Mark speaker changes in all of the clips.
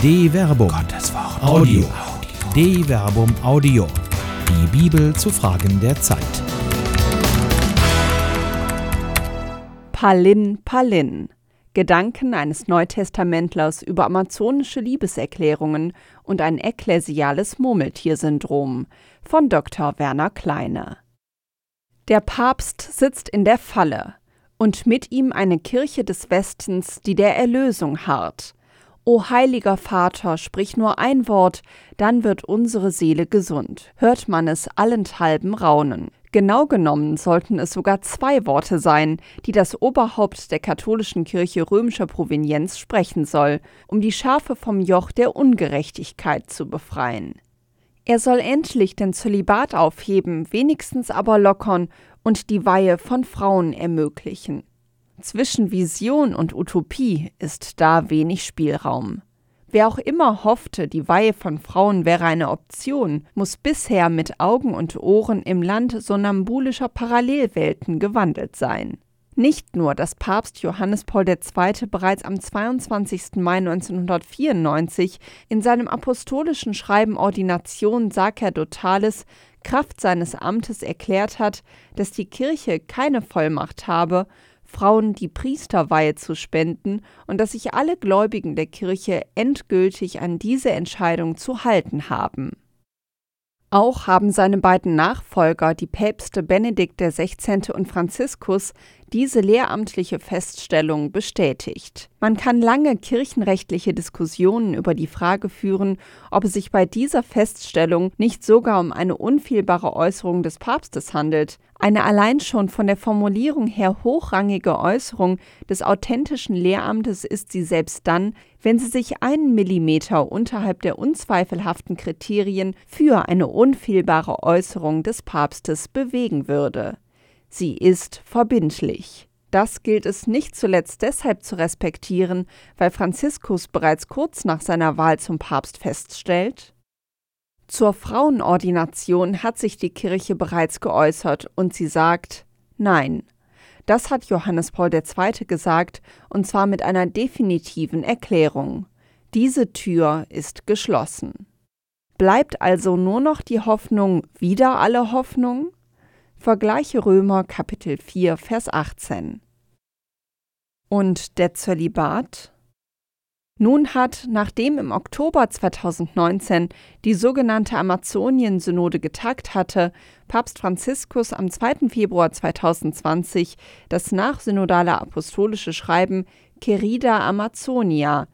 Speaker 1: De Verbum.
Speaker 2: Gottes Wort.
Speaker 1: Audio. De Verbum Audio. Die Bibel zu Fragen der Zeit.
Speaker 3: Palin, Palin. Gedanken eines Neutestamentlers über amazonische Liebeserklärungen und ein ekklesiales Murmeltiersyndrom von Dr. Werner Kleine. Der Papst sitzt in der Falle und mit ihm eine Kirche des Westens, die der Erlösung harrt. O heiliger Vater, sprich nur ein Wort, dann wird unsere Seele gesund, hört man es allenthalben raunen. Genau genommen sollten es sogar 2 Worte sein, die das Oberhaupt der katholischen Kirche römischer Provenienz sprechen soll, um die Schafe vom Joch der Ungerechtigkeit zu befreien. Er soll endlich den Zölibat aufheben, wenigstens aber lockern und die Weihe von Frauen ermöglichen. Zwischen Vision und Utopie ist da wenig Spielraum. Wer auch immer hoffte, die Weihe von Frauen wäre eine Option, muss bisher mit Augen und Ohren im Land somnambulischer Parallelwelten gewandelt sein. Nicht nur, dass Papst Johannes Paul II. Bereits am 22. Mai 1994 in seinem apostolischen Schreiben Ordination Sacerdotalis Kraft seines Amtes erklärt hat, dass die Kirche keine Vollmacht habe, Frauen die Priesterweihe zu spenden und dass sich alle Gläubigen der Kirche endgültig an diese Entscheidung zu halten haben. Auch haben seine beiden Nachfolger, die Päpste Benedikt XVI. Und Franziskus, diese lehramtliche Feststellung bestätigt. Man kann lange kirchenrechtliche Diskussionen über die Frage führen, ob es sich bei dieser Feststellung nicht sogar um eine unfehlbare Äußerung des Papstes handelt. Eine allein schon von der Formulierung her hochrangige Äußerung des authentischen Lehramtes ist sie selbst dann, wenn sie sich 1 Millimeter unterhalb der unzweifelhaften Kriterien für eine unfehlbare Äußerung des Papstes bewegen würde. Sie ist verbindlich. Das gilt es nicht zuletzt deshalb zu respektieren, weil Franziskus bereits kurz nach seiner Wahl zum Papst feststellt: Zur Frauenordination hat sich die Kirche bereits geäußert und sie sagt: Nein. Das hat Johannes Paul II. Gesagt, und zwar mit einer definitiven Erklärung. Diese Tür ist geschlossen. Bleibt also nur noch die Hoffnung wider alle Hoffnung? Vergleiche Römer Kapitel 4, Vers 18. Und der Zölibat? Nun hat, nachdem im Oktober 2019 die sogenannte Amazonien-Synode getagt hatte, Papst Franziskus am 2. Februar 2020 das nachsynodale apostolische Schreiben Querida Amazonia,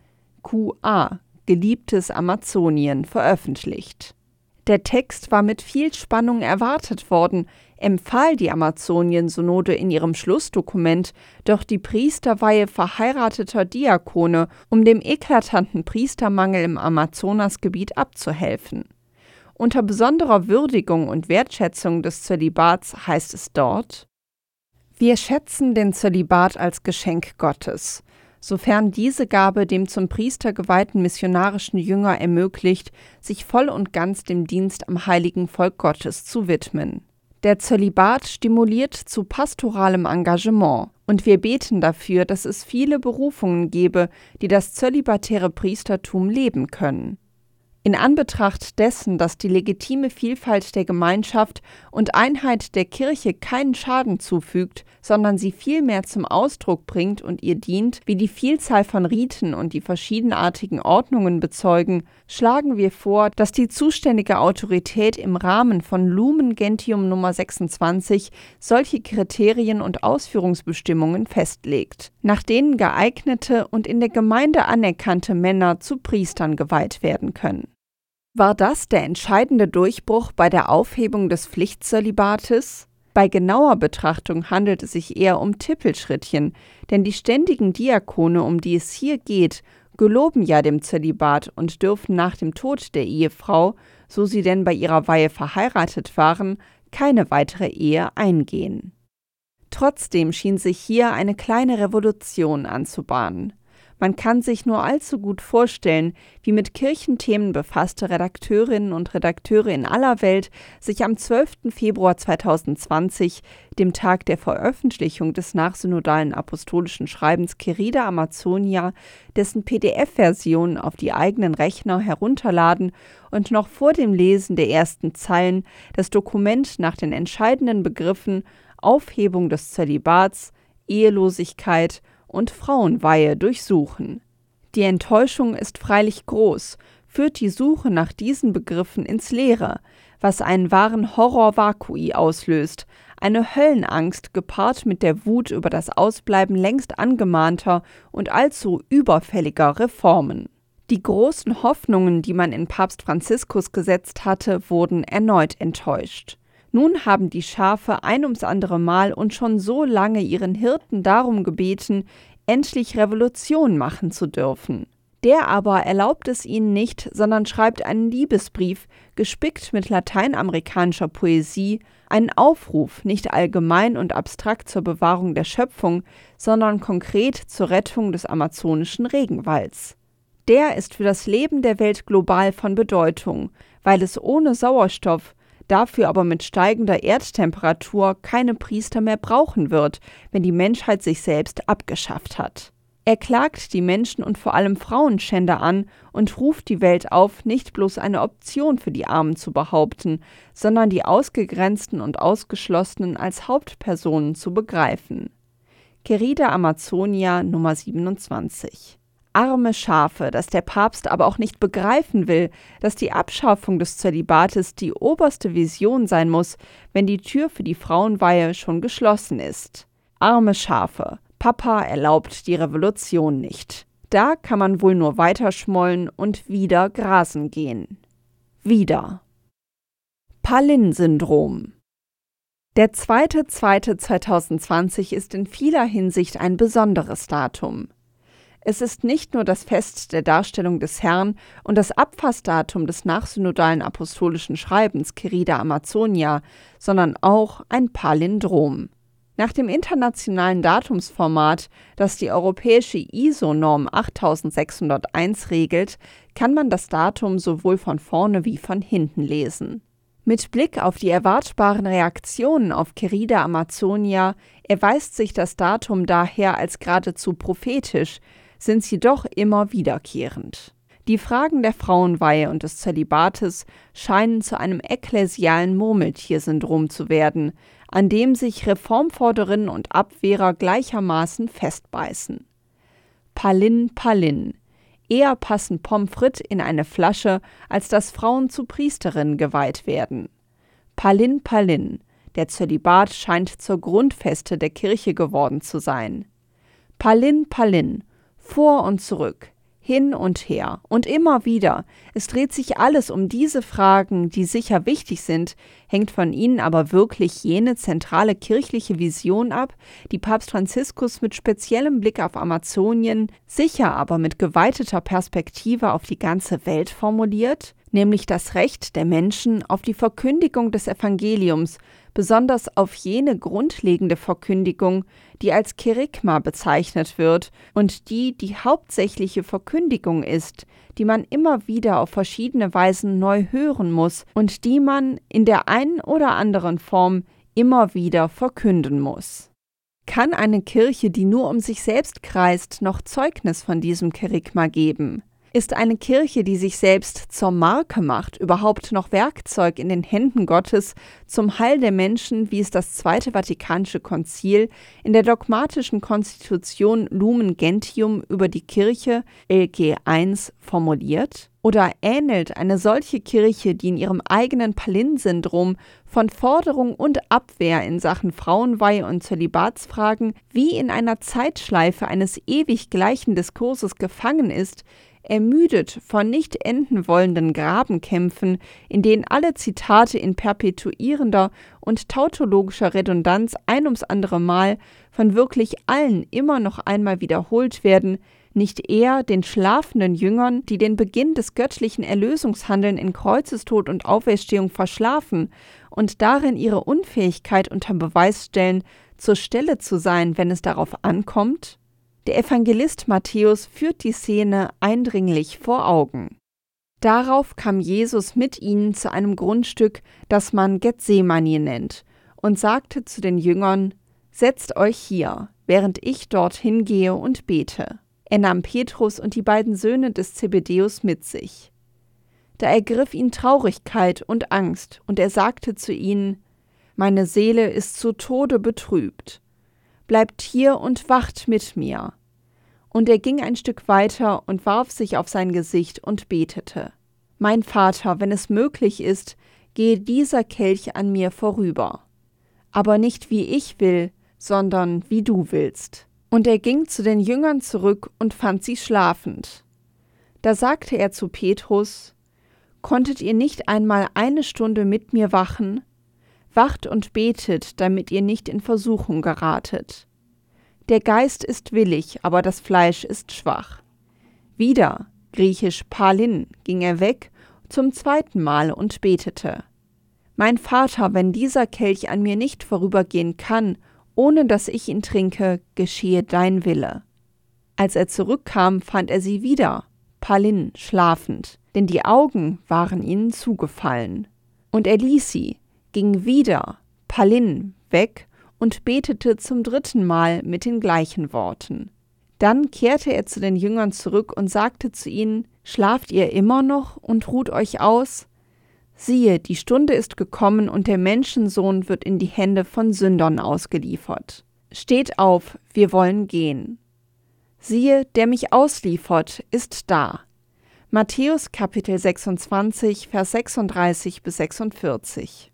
Speaker 3: QA, Geliebtes Amazonien, veröffentlicht. Der Text war mit viel Spannung erwartet worden, empfahl die Amazonien-Synode in ihrem Schlussdokument doch die Priesterweihe verheirateter Diakone, um dem eklatanten Priestermangel im Amazonasgebiet abzuhelfen. Unter besonderer Würdigung und Wertschätzung des Zölibats heißt es dort: Wir schätzen den Zölibat als Geschenk Gottes, sofern diese Gabe dem zum Priester geweihten missionarischen Jünger ermöglicht, sich voll und ganz dem Dienst am heiligen Volk Gottes zu widmen. Der Zölibat stimuliert zu pastoralem Engagement und wir beten dafür, dass es viele Berufungen gebe, die das zölibatäre Priestertum leben können. In Anbetracht dessen, dass die legitime Vielfalt der Gemeinschaft und Einheit der Kirche keinen Schaden zufügt, sondern sie vielmehr zum Ausdruck bringt und ihr dient, wie die Vielzahl von Riten und die verschiedenartigen Ordnungen bezeugen, schlagen wir vor, dass die zuständige Autorität im Rahmen von Lumen Gentium Nummer 26 solche Kriterien und Ausführungsbestimmungen festlegt, nach denen geeignete und in der Gemeinde anerkannte Männer zu Priestern geweiht werden können. War das der entscheidende Durchbruch bei der Aufhebung des Pflichtzölibates? Bei genauer Betrachtung handelt es sich eher um Tippelschrittchen, denn die ständigen Diakone, um die es hier geht, geloben ja dem Zölibat und dürfen nach dem Tod der Ehefrau, so sie denn bei ihrer Weihe verheiratet waren, keine weitere Ehe eingehen. Trotzdem schien sich hier eine kleine Revolution anzubahnen. Man kann sich nur allzu gut vorstellen, wie mit Kirchenthemen befasste Redakteurinnen und Redakteure in aller Welt sich am 12. Februar 2020, dem Tag der Veröffentlichung des nachsynodalen apostolischen Schreibens Querida Amazonia, dessen PDF-Version auf die eigenen Rechner herunterladen und noch vor dem Lesen der ersten Zeilen das Dokument nach den entscheidenden Begriffen Aufhebung des Zölibats, Ehelosigkeit und Frauenweihe durchsuchen. Die Enttäuschung ist freilich groß, führt die Suche nach diesen Begriffen ins Leere, was einen wahren Horror-Vakui auslöst, eine Höllenangst gepaart mit der Wut über das Ausbleiben längst angemahnter und allzu überfälliger Reformen. Die großen Hoffnungen, die man in Papst Franziskus gesetzt hatte, wurden erneut enttäuscht. Nun haben die Schafe ein ums andere Mal und schon so lange ihren Hirten darum gebeten, endlich Revolution machen zu dürfen. Der aber erlaubt es ihnen nicht, sondern schreibt einen Liebesbrief, gespickt mit lateinamerikanischer Poesie, einen Aufruf, nicht allgemein und abstrakt zur Bewahrung der Schöpfung, sondern konkret zur Rettung des amazonischen Regenwalds. Der ist für das Leben der Welt global von Bedeutung, weil es ohne Sauerstoff, dafür aber mit steigender Erdtemperatur keine Priester mehr brauchen wird, wenn die Menschheit sich selbst abgeschafft hat. Er klagt die Menschen und vor allem Frauenschänder an und ruft die Welt auf, nicht bloß eine Option für die Armen zu behaupten, sondern die Ausgegrenzten und Ausgeschlossenen als Hauptpersonen zu begreifen. Querida Amazonia Nummer 27. Arme Schafe, dass der Papst aber auch nicht begreifen will, dass die Abschaffung des Zölibates die oberste Vision sein muss, wenn die Tür für die Frauenweihe schon geschlossen ist. Arme Schafe, Papa erlaubt die Revolution nicht. Da kann man wohl nur weiterschmollen und wieder grasen gehen. Wieder. Palin-Syndrom. Der 2.2.2020 ist in vieler Hinsicht ein besonderes Datum. Es ist nicht nur das Fest der Darstellung des Herrn und das Abfassdatum des nachsynodalen apostolischen Schreibens Querida Amazonia, sondern auch ein Palindrom. Nach dem internationalen Datumsformat, das die europäische ISO-Norm 8601 regelt, kann man das Datum sowohl von vorne wie von hinten lesen. Mit Blick auf die erwartbaren Reaktionen auf Querida Amazonia erweist sich das Datum daher als geradezu prophetisch, sind sie doch immer wiederkehrend. Die Fragen der Frauenweihe und des Zölibates scheinen zu einem ekklesialen Murmeltiersyndrom zu werden, an dem sich Reformforderinnen und Abwehrer gleichermaßen festbeißen. Palin, Palin. Eher passen Pommes frites in eine Flasche, als dass Frauen zu Priesterinnen geweiht werden. Palin, Palin. Der Zölibat scheint zur Grundfeste der Kirche geworden zu sein. Palin, Palin. Vor und zurück, hin und her und immer wieder. Es dreht sich alles um diese Fragen, die sicher wichtig sind, hängt von ihnen aber wirklich jene zentrale kirchliche Vision ab, die Papst Franziskus mit speziellem Blick auf Amazonien, sicher aber mit geweiteter Perspektive auf die ganze Welt formuliert, nämlich das Recht der Menschen auf die Verkündigung des Evangeliums, besonders auf jene grundlegende Verkündigung, die als Kerygma bezeichnet wird und die hauptsächliche Verkündigung ist, die man immer wieder auf verschiedene Weisen neu hören muss und die man in der einen oder anderen Form immer wieder verkünden muss. Kann eine Kirche, die nur um sich selbst kreist, noch Zeugnis von diesem Kerygma geben? Ist eine Kirche, die sich selbst zur Marke macht, überhaupt noch Werkzeug in den Händen Gottes zum Heil der Menschen, wie es das Zweite Vatikanische Konzil in der dogmatischen Konstitution Lumen Gentium über die Kirche LG I formuliert? Oder ähnelt eine solche Kirche, die in ihrem eigenen Palin-Syndrom von Forderung und Abwehr in Sachen Frauenweihe und Zölibatsfragen wie in einer Zeitschleife eines ewig gleichen Diskurses gefangen ist, ermüdet von nicht enden wollenden Grabenkämpfen, in denen alle Zitate in perpetuierender und tautologischer Redundanz ein ums andere Mal von wirklich allen immer noch einmal wiederholt werden, nicht eher den schlafenden Jüngern, die den Beginn des göttlichen Erlösungshandelns in Kreuzestod und Auferstehung verschlafen und darin ihre Unfähigkeit unter Beweis stellen, zur Stelle zu sein, wenn es darauf ankommt? Der Evangelist Matthäus führt die Szene eindringlich vor Augen. Darauf kam Jesus mit ihnen zu einem Grundstück, das man Gethsemane nennt, und sagte zu den Jüngern: »Setzt euch hier, während ich dorthin gehe und bete.« Er nahm Petrus und die beiden Söhne des Zebedäus mit sich. Da ergriff ihn Traurigkeit und Angst, und er sagte zu ihnen: »Meine Seele ist zu Tode betrübt. Bleibt hier und wacht mit mir.« Und er ging ein Stück weiter und warf sich auf sein Gesicht und betete: »Mein Vater, wenn es möglich ist, gehe dieser Kelch an mir vorüber. Aber nicht wie ich will, sondern wie du willst.« Und er ging zu den Jüngern zurück und fand sie schlafend. Da sagte er zu Petrus: »Konntet ihr nicht einmal eine Stunde mit mir wachen? Wacht und betet, damit ihr nicht in Versuchung geratet. Der Geist ist willig, aber das Fleisch ist schwach.« Wieder, griechisch Palin, ging er weg zum zweiten Mal und betete: »Mein Vater, wenn dieser Kelch an mir nicht vorübergehen kann, ohne dass ich ihn trinke, geschehe dein Wille.« Als er zurückkam, fand er sie wieder, Palin, schlafend, denn die Augen waren ihnen zugefallen. Und er ließ sie, ging wieder, Palin, weg und betete zum dritten Mal mit den gleichen Worten. Dann kehrte er zu den Jüngern zurück und sagte zu ihnen: »Schlaft ihr immer noch und ruht euch aus? Siehe, die Stunde ist gekommen und der Menschensohn wird in die Hände von Sündern ausgeliefert. Steht auf, wir wollen gehen. Siehe, der mich ausliefert, ist da.« Matthäus Kapitel 26, Vers 36 bis 46.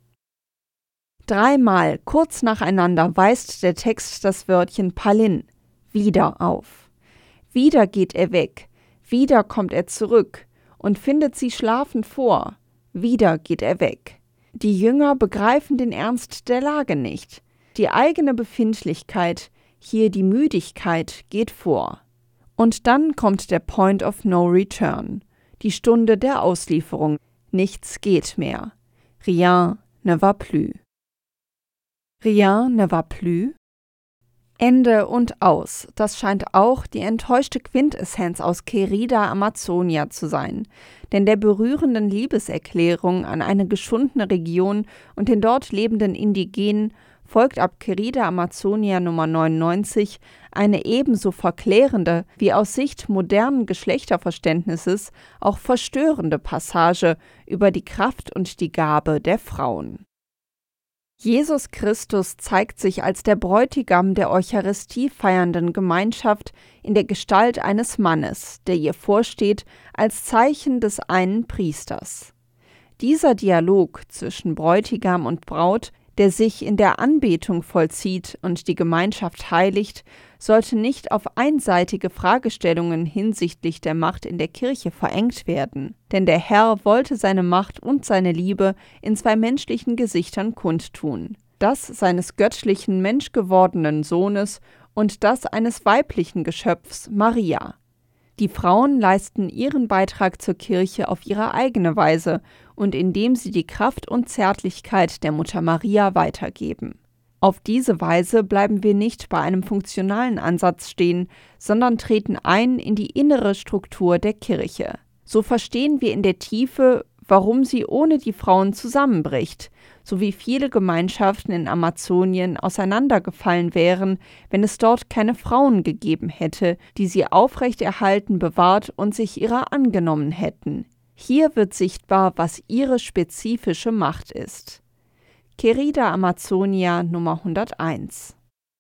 Speaker 3: Dreimal kurz nacheinander weist der Text das Wörtchen Palin, wieder, auf. Wieder geht er weg, wieder kommt er zurück und findet sie schlafend vor, wieder geht er weg. Die Jünger begreifen den Ernst der Lage nicht. Die eigene Befindlichkeit, hier die Müdigkeit, geht vor. Und dann kommt der Point of No Return, die Stunde der Auslieferung. Nichts geht mehr. Rien ne va plus. Rien ne va plus? Ende und aus. Das scheint auch die enttäuschte Quintessenz aus Querida Amazonia zu sein. Denn der berührenden Liebeserklärung an eine geschundene Region und den dort lebenden Indigenen folgt ab Querida Amazonia Nummer 99 eine ebenso verklärende wie aus Sicht modernen Geschlechterverständnisses auch verstörende Passage über die Kraft und die Gabe der Frauen. Jesus Christus zeigt sich als der Bräutigam der Eucharistie feiernden Gemeinschaft in der Gestalt eines Mannes, der ihr vorsteht als Zeichen des einen Priesters. Dieser Dialog zwischen Bräutigam und Braut, der sich in der Anbetung vollzieht und die Gemeinschaft heiligt, sollte nicht auf einseitige Fragestellungen hinsichtlich der Macht in der Kirche verengt werden. Denn der Herr wollte seine Macht und seine Liebe in zwei menschlichen Gesichtern kundtun: das seines göttlichen, menschgewordenen Sohnes und das eines weiblichen Geschöpfs, Maria. Die Frauen leisten ihren Beitrag zur Kirche auf ihre eigene Weise und indem sie die Kraft und Zärtlichkeit der Mutter Maria weitergeben. Auf diese Weise bleiben wir nicht bei einem funktionalen Ansatz stehen, sondern treten ein in die innere Struktur der Kirche. So verstehen wir in der Tiefe, warum sie ohne die Frauen zusammenbricht, so wie viele Gemeinschaften in Amazonien auseinandergefallen wären, wenn es dort keine Frauen gegeben hätte, die sie aufrechterhalten, bewahrt und sich ihrer angenommen hätten. Hier wird sichtbar, was ihre spezifische Macht ist. Querida Amazonia Nummer 101.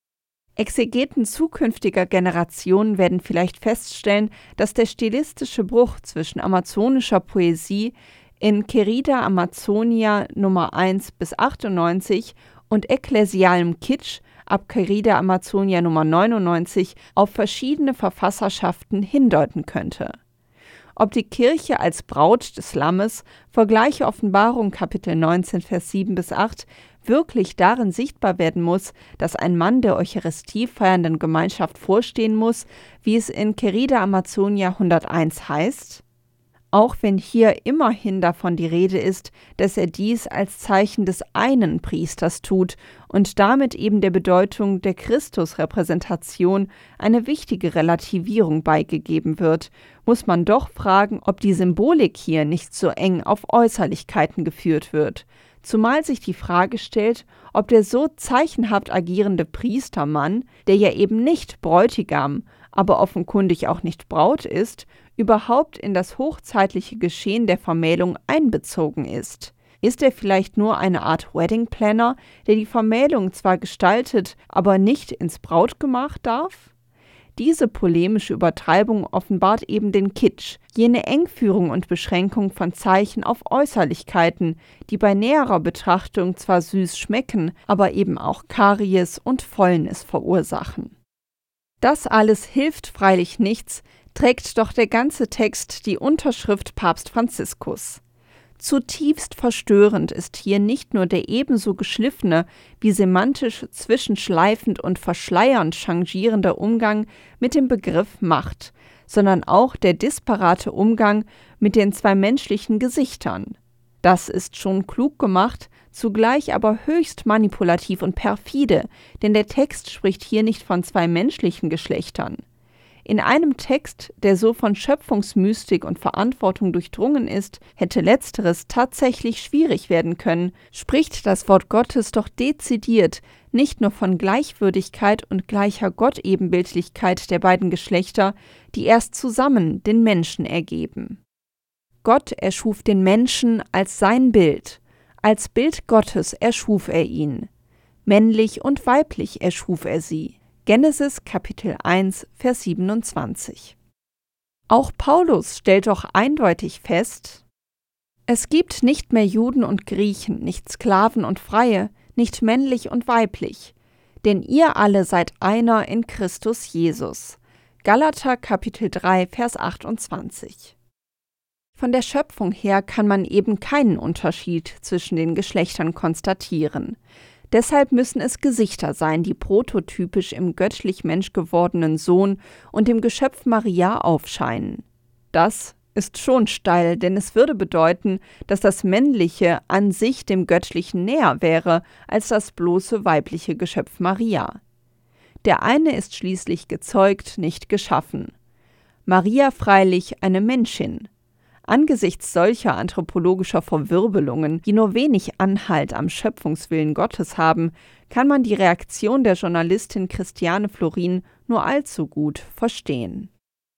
Speaker 3: Exegeten zukünftiger Generationen werden vielleicht feststellen, dass der stilistische Bruch zwischen amazonischer Poesie in Querida Amazonia Nummer 1 bis 98 und ekklesialem Kitsch ab Querida Amazonia Nummer 99 auf verschiedene Verfasserschaften hindeuten könnte. Ob die Kirche als Braut des Lammes, vergleiche Offenbarung Kapitel 19, Vers 7 bis 8, wirklich darin sichtbar werden muss, dass ein Mann der Eucharistie feiernden Gemeinschaft vorstehen muss, wie es in Querida Amazonia 101 heißt: Auch wenn hier immerhin davon die Rede ist, dass er dies als Zeichen des einen Priesters tut und damit eben der Bedeutung der Christusrepräsentation eine wichtige Relativierung beigegeben wird, muss man doch fragen, ob die Symbolik hier nicht so eng auf Äußerlichkeiten geführt wird, zumal sich die Frage stellt, ob der so zeichenhaft agierende Priestermann, der ja eben nicht Bräutigam, aber offenkundig auch nicht Braut ist, überhaupt in das hochzeitliche Geschehen der Vermählung einbezogen ist. Ist er vielleicht nur eine Art Wedding Planner, der die Vermählung zwar gestaltet, aber nicht ins Brautgemach darf? Diese polemische Übertreibung offenbart eben den Kitsch, jene Engführung und Beschränkung von Zeichen auf Äußerlichkeiten, die bei näherer Betrachtung zwar süß schmecken, aber eben auch Karies und Fäulnis verursachen. Das alles hilft freilich nichts, trägt doch der ganze Text die Unterschrift Papst Franziskus. Zutiefst verstörend ist hier nicht nur der ebenso geschliffene wie semantisch zwischenschleifend und verschleiernd changierende Umgang mit dem Begriff Macht, sondern auch der disparate Umgang mit den zwei menschlichen Gesichtern. Das ist schon klug gemacht, zugleich aber höchst manipulativ und perfide, denn der Text spricht hier nicht von zwei menschlichen Geschlechtern. In einem Text, der so von Schöpfungsmystik und Verantwortung durchdrungen ist, hätte letzteres tatsächlich schwierig werden können, spricht das Wort Gottes doch dezidiert nicht nur von Gleichwürdigkeit und gleicher Gottebenbildlichkeit der beiden Geschlechter, die erst zusammen den Menschen ergeben. Gott erschuf den Menschen als sein Bild, als Bild Gottes erschuf er ihn. Männlich und weiblich erschuf er sie. Genesis Kapitel 1, Vers 27. Auch Paulus stellt doch eindeutig fest: Es gibt nicht mehr Juden und Griechen, nicht Sklaven und Freie, nicht männlich und weiblich, denn ihr alle seid einer in Christus Jesus. Galater Kapitel 3, Vers 28. Von der Schöpfung her kann man eben keinen Unterschied zwischen den Geschlechtern konstatieren. Deshalb müssen es Gesichter sein, die prototypisch im göttlich Mensch gewordenen Sohn und dem Geschöpf Maria aufscheinen. Das ist schon steil, denn es würde bedeuten, dass das Männliche an sich dem Göttlichen näher wäre als das bloße weibliche Geschöpf Maria. Der eine ist schließlich gezeugt, nicht geschaffen. Maria freilich eine Menschin. Angesichts solcher anthropologischer Verwirbelungen, die nur wenig Anhalt am Schöpfungswillen Gottes haben, kann man die Reaktion der Journalistin Christiane Florin nur allzu gut verstehen.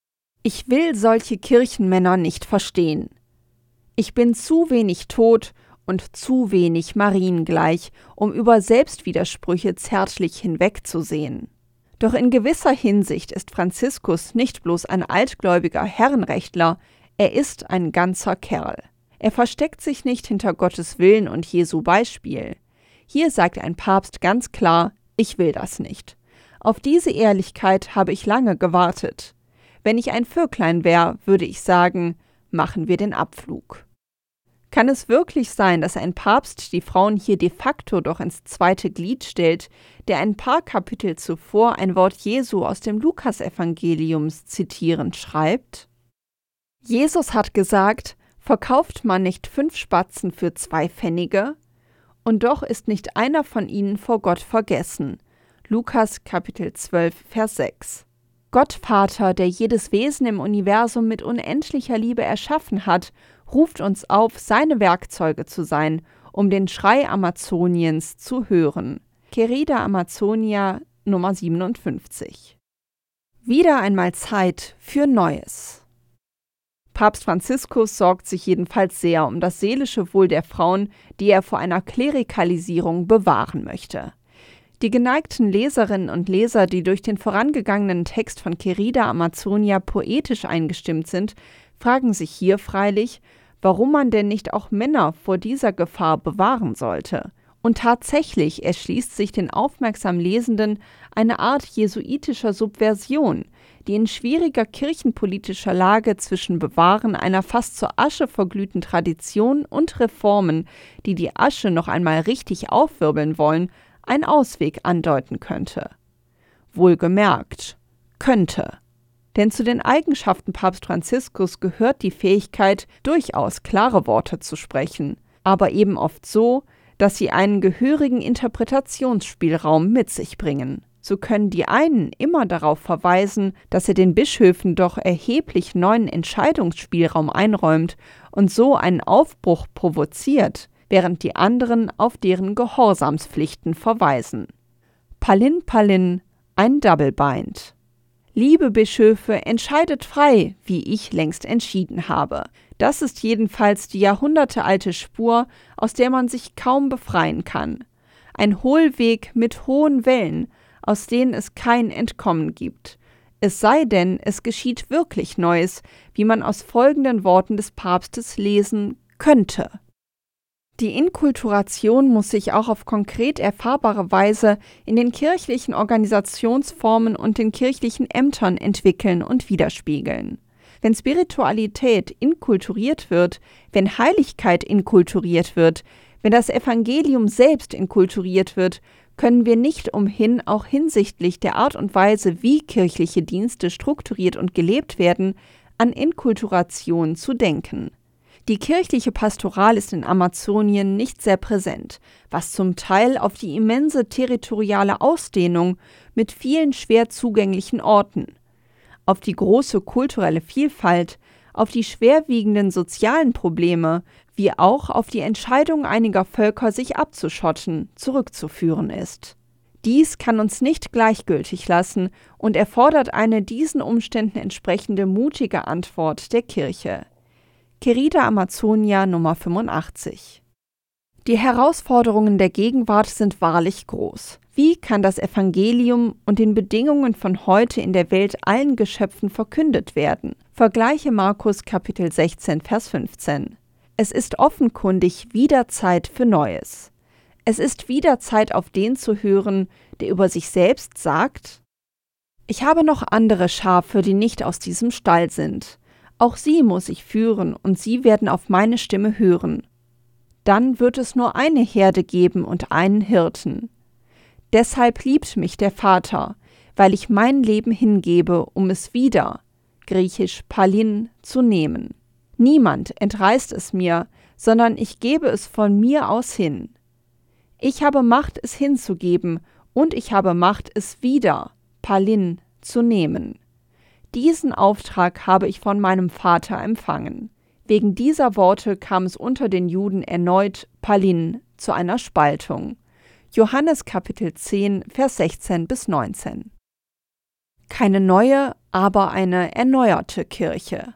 Speaker 3: Ich will solche Kirchenmänner nicht verstehen. Ich bin zu wenig tot und zu wenig mariengleich, um über Selbstwidersprüche zärtlich hinwegzusehen. Doch in gewisser Hinsicht ist Franziskus nicht bloß ein altgläubiger Herrenrechtler, er ist ein ganzer Kerl. Er versteckt sich nicht hinter Gottes Willen und Jesu Beispiel. Hier sagt ein Papst ganz klar: Ich will das nicht. Auf diese Ehrlichkeit habe ich lange gewartet. Wenn ich ein Vöglein wäre, würde ich sagen: Machen wir den Abflug. Kann es wirklich sein, dass ein Papst die Frauen hier de facto doch ins zweite Glied stellt, der ein paar Kapitel zuvor ein Wort Jesu aus dem Lukasevangeliums zitierend schreibt? Jesus hat gesagt: Verkauft man nicht 5 Spatzen für 2 Pfennige? Und doch ist nicht einer von ihnen vor Gott vergessen. Lukas Kapitel 12, Vers 6. Gott Vater, der jedes Wesen im Universum mit unendlicher Liebe erschaffen hat, ruft uns auf, seine Werkzeuge zu sein, um den Schrei Amazoniens zu hören. Querida Amazonia Nummer 57. Wieder einmal Zeit für Neues. Papst Franziskus sorgt sich jedenfalls sehr um das seelische Wohl der Frauen, die er vor einer Klerikalisierung bewahren möchte. Die geneigten Leserinnen und Leser, die durch den vorangegangenen Text von Querida Amazonia poetisch eingestimmt sind, fragen sich hier freilich, warum man denn nicht auch Männer vor dieser Gefahr bewahren sollte. Und tatsächlich erschließt sich den aufmerksam Lesenden eine Art jesuitischer Subversion, die in schwieriger kirchenpolitischer Lage zwischen Bewahren einer fast zur Asche verglühten Tradition und Reformen, die die Asche noch einmal richtig aufwirbeln wollen, einen Ausweg andeuten könnte. Wohlgemerkt, könnte. Denn zu den Eigenschaften Papst Franziskus gehört die Fähigkeit, durchaus klare Worte zu sprechen, aber eben oft so, dass sie einen gehörigen Interpretationsspielraum mit sich bringen. So können die einen immer darauf verweisen, dass er den Bischöfen doch erheblich neuen Entscheidungsspielraum einräumt und so einen Aufbruch provoziert, während die anderen auf deren Gehorsamspflichten verweisen. Pallin, Pallin, ein Double Bind. Liebe Bischöfe, entscheidet frei, wie ich längst entschieden habe. Das ist jedenfalls die jahrhundertealte Spur, aus der man sich kaum befreien kann. Ein Hohlweg mit hohen Wellen, aus denen es kein Entkommen gibt. Es sei denn, es geschieht wirklich Neues, wie man aus folgenden Worten des Papstes lesen könnte. Die Inkulturation muss sich auch auf konkret erfahrbare Weise in den kirchlichen Organisationsformen und den kirchlichen Ämtern entwickeln und widerspiegeln. Wenn Spiritualität inkulturiert wird, wenn Heiligkeit inkulturiert wird, wenn das Evangelium selbst inkulturiert wird, können wir nicht umhin, auch hinsichtlich der Art und Weise, wie kirchliche Dienste strukturiert und gelebt werden, an Inkulturation zu denken. Die kirchliche Pastoral ist in Amazonien nicht sehr präsent, was zum Teil auf die immense territoriale Ausdehnung mit vielen schwer zugänglichen Orten, auf die große kulturelle Vielfalt, auf die schwerwiegenden sozialen Probleme, wie auch auf die Entscheidung einiger Völker, sich abzuschotten, zurückzuführen ist. Dies kann uns nicht gleichgültig lassen und erfordert eine diesen Umständen entsprechende mutige Antwort der Kirche. Querida Amazonia Nummer 85. Die Herausforderungen der Gegenwart sind wahrlich groß. Wie kann das Evangelium und den Bedingungen von heute in der Welt allen Geschöpfen verkündet werden? Vergleiche Markus Kapitel 16, Vers 15. Es ist offenkundig wieder Zeit für Neues. Es ist wieder Zeit, auf den zu hören, der über sich selbst sagt: Ich habe noch andere Schafe, die nicht aus diesem Stall sind. Auch sie muss ich führen, und sie werden auf meine Stimme hören. Dann wird es nur eine Herde geben und einen Hirten. Deshalb liebt mich der Vater, weil ich mein Leben hingebe, um es wieder, griechisch Pallin, zu nehmen. Niemand entreißt es mir, sondern ich gebe es von mir aus hin. Ich habe Macht, es hinzugeben, und ich habe Macht, es wieder, Pallin, zu nehmen. Diesen Auftrag habe ich von meinem Vater empfangen. Wegen dieser Worte kam es unter den Juden erneut, Pallin, zu einer Spaltung. Johannes Kapitel 10, Vers 16 bis 19. Keine neue, aber eine erneuerte Kirche.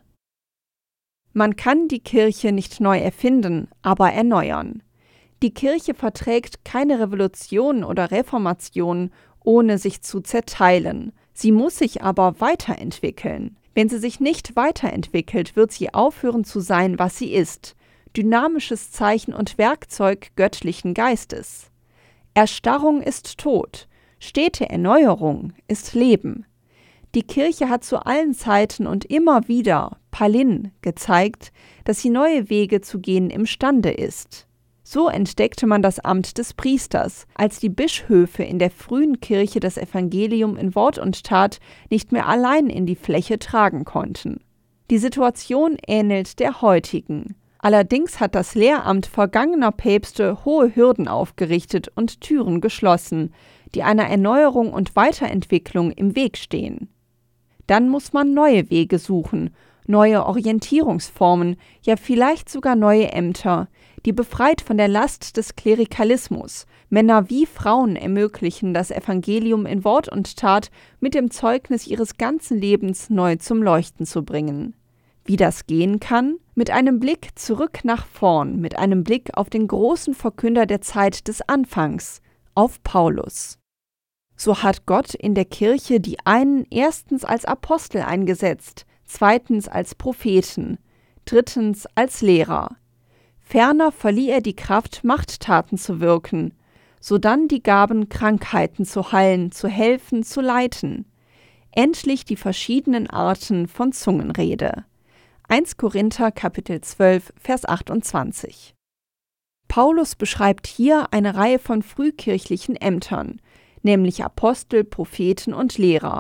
Speaker 3: Man kann die Kirche nicht neu erfinden, aber erneuern. Die Kirche verträgt keine Revolution oder Reformation, ohne sich zu zerteilen. Sie muss sich aber weiterentwickeln. Wenn sie sich nicht weiterentwickelt, wird sie aufhören zu sein, was sie ist: dynamisches Zeichen und Werkzeug göttlichen Geistes. Erstarrung ist Tod, stete Erneuerung ist Leben. Die Kirche hat zu allen Zeiten und immer wieder, Pallin, gezeigt, dass sie neue Wege zu gehen imstande ist. So entdeckte man das Amt des Priesters, als die Bischöfe in der frühen Kirche das Evangelium in Wort und Tat nicht mehr allein in die Fläche tragen konnten. Die Situation ähnelt der heutigen. Allerdings hat das Lehramt vergangener Päpste hohe Hürden aufgerichtet und Türen geschlossen, die einer Erneuerung und Weiterentwicklung im Weg stehen. Dann muss man neue Wege suchen, neue Orientierungsformen, ja vielleicht sogar neue Ämter, die befreit von der Last des Klerikalismus, Männer wie Frauen ermöglichen, das Evangelium in Wort und Tat mit dem Zeugnis ihres ganzen Lebens neu zum Leuchten zu bringen. Wie das gehen kann? Mit einem Blick zurück nach vorn, mit einem Blick auf den großen Verkünder der Zeit des Anfangs, auf Paulus. So hat Gott in der Kirche die einen erstens als Apostel eingesetzt, zweitens als Propheten, drittens als Lehrer. Ferner verlieh er die Kraft, Machttaten zu wirken, sodann die Gaben, Krankheiten zu heilen, zu helfen, zu leiten. Endlich die verschiedenen Arten von Zungenrede. 1 Korinther Kapitel 12, Vers 28. Paulus beschreibt hier eine Reihe von frühkirchlichen Ämtern, nämlich Apostel, Propheten und Lehrer,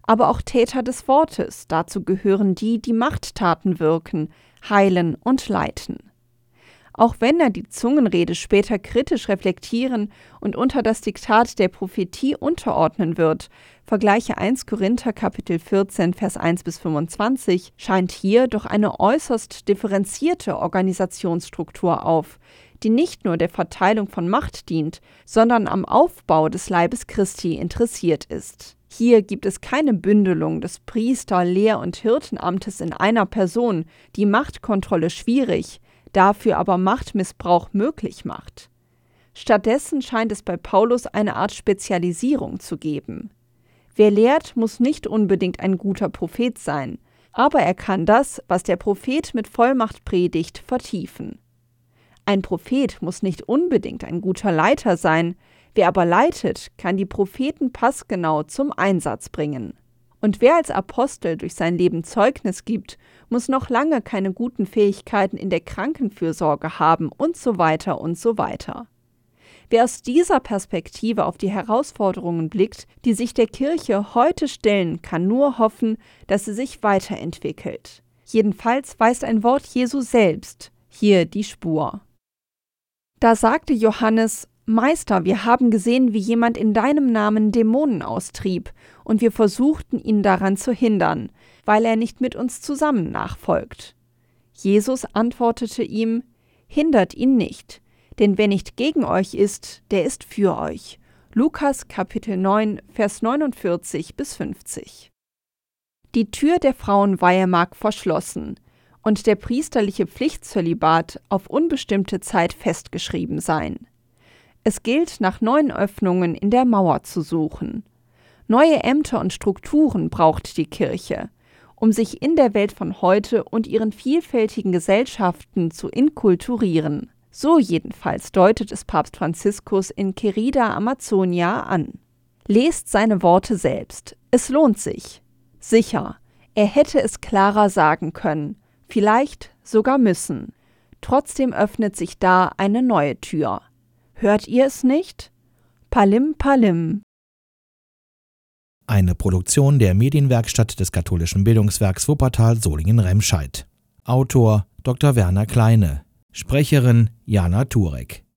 Speaker 3: aber auch Täter des Wortes. Dazu gehören die, die Machttaten wirken, heilen und leiten. Auch wenn er die Zungenrede später kritisch reflektieren und unter das Diktat der Prophetie unterordnen wird, vergleiche 1 Korinther Kapitel 14, Vers 1-25, scheint hier doch eine äußerst differenzierte Organisationsstruktur auf, die nicht nur der Verteilung von Macht dient, sondern am Aufbau des Leibes Christi interessiert ist. Hier gibt es keine Bündelung des Priester-, Lehr- und Hirtenamtes in einer Person, die Machtkontrolle schwierig, dafür aber Machtmissbrauch möglich macht. Stattdessen scheint es bei Paulus eine Art Spezialisierung zu geben. Wer lehrt, muss nicht unbedingt ein guter Prophet sein, aber er kann das, was der Prophet mit Vollmacht predigt, vertiefen. Ein Prophet muss nicht unbedingt ein guter Leiter sein, wer aber leitet, kann die Propheten passgenau zum Einsatz bringen. Und wer als Apostel durch sein Leben Zeugnis gibt, muss noch lange keine guten Fähigkeiten in der Krankenfürsorge haben und so weiter und so weiter. Wer aus dieser Perspektive auf die Herausforderungen blickt, die sich der Kirche heute stellen, kann nur hoffen, dass sie sich weiterentwickelt. Jedenfalls weist ein Wort Jesu selbst hier die Spur. Da sagte Johannes: Meister, wir haben gesehen, wie jemand in deinem Namen Dämonen austrieb, und wir versuchten, ihn daran zu hindern, weil er nicht mit uns zusammen nachfolgt. Jesus antwortete ihm: Hindert ihn nicht, denn wer nicht gegen euch ist, der ist für euch. Lukas Kapitel 9, Vers 49-50. Die Tür der Frauenweihe mag verschlossen und der priesterliche Pflichtzölibat auf unbestimmte Zeit festgeschrieben sein. Es gilt, nach neuen Öffnungen in der Mauer zu suchen. Neue Ämter und Strukturen braucht die Kirche, um sich in der Welt von heute und ihren vielfältigen Gesellschaften zu inkulturieren. So jedenfalls deutet es Papst Franziskus in Querida Amazonia an. Lest seine Worte selbst. Es lohnt sich. Sicher, er hätte es klarer sagen können, vielleicht sogar müssen. Trotzdem öffnet sich da eine neue Tür. Hört ihr es nicht? Palim, Palim.
Speaker 1: Eine Produktion der Medienwerkstatt des katholischen Bildungswerks Wuppertal Solingen-Remscheid. Autor Dr. Werner Kleine. Sprecherin Jana Turek.